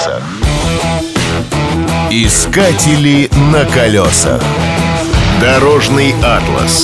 колесах. Искатели на колесах. Дорожный атлас.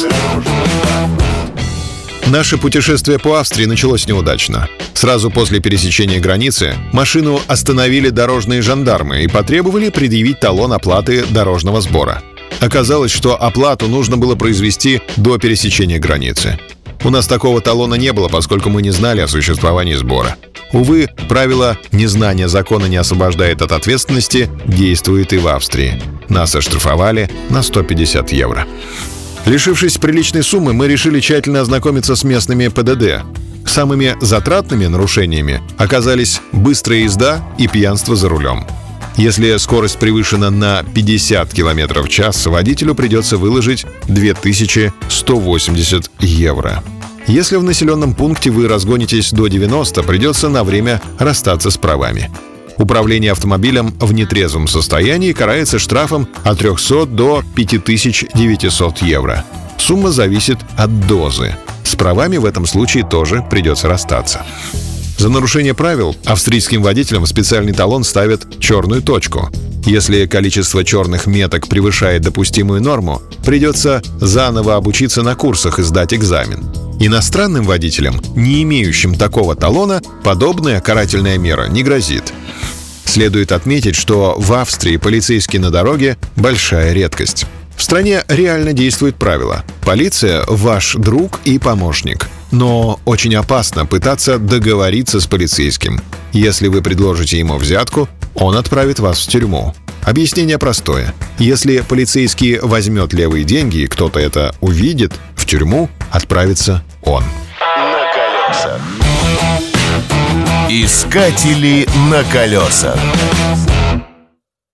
Наше путешествие по Австрии началось неудачно. Сразу после пересечения границы машину остановили дорожные жандармы и потребовали предъявить талон оплаты дорожного сбора. Оказалось, что оплату нужно было произвести до пересечения границы. У нас такого талона не было, поскольку мы не знали о существовании сбора. Увы, правило «незнание закона не освобождает от ответственности» действует и в Австрии. Нас оштрафовали на 150 евро. Лишившись приличной суммы, мы решили тщательно ознакомиться с местными ПДД. Самыми затратными нарушениями оказались быстрая езда и пьянство за рулем. Если скорость превышена на 50 км в час, водителю придется выложить 2180 евро. Если в населенном пункте вы разгонитесь до 90, придется на время расстаться с правами. Управление автомобилем в нетрезвом состоянии карается штрафом от 300 до 5900 евро. Сумма зависит от дозы. С правами в этом случае тоже придется расстаться. За нарушение правил австрийским водителям в специальный талон ставят черную точку. Если количество черных меток превышает допустимую норму, придется заново обучиться на курсах и сдать экзамен. Иностранным водителям, не имеющим такого талона, подобная карательная мера не грозит. Следует отметить, что в Австрии полицейский на дороге – большая редкость. В стране реально действует правило: полиция – ваш друг и помощник. Но очень опасно пытаться договориться с полицейским. Если вы предложите ему взятку, он отправит вас в тюрьму. Объяснение простое. Если полицейский возьмет левые деньги и кто-то это увидит, в тюрьму отправится он. На колесах. Искатели на колесах.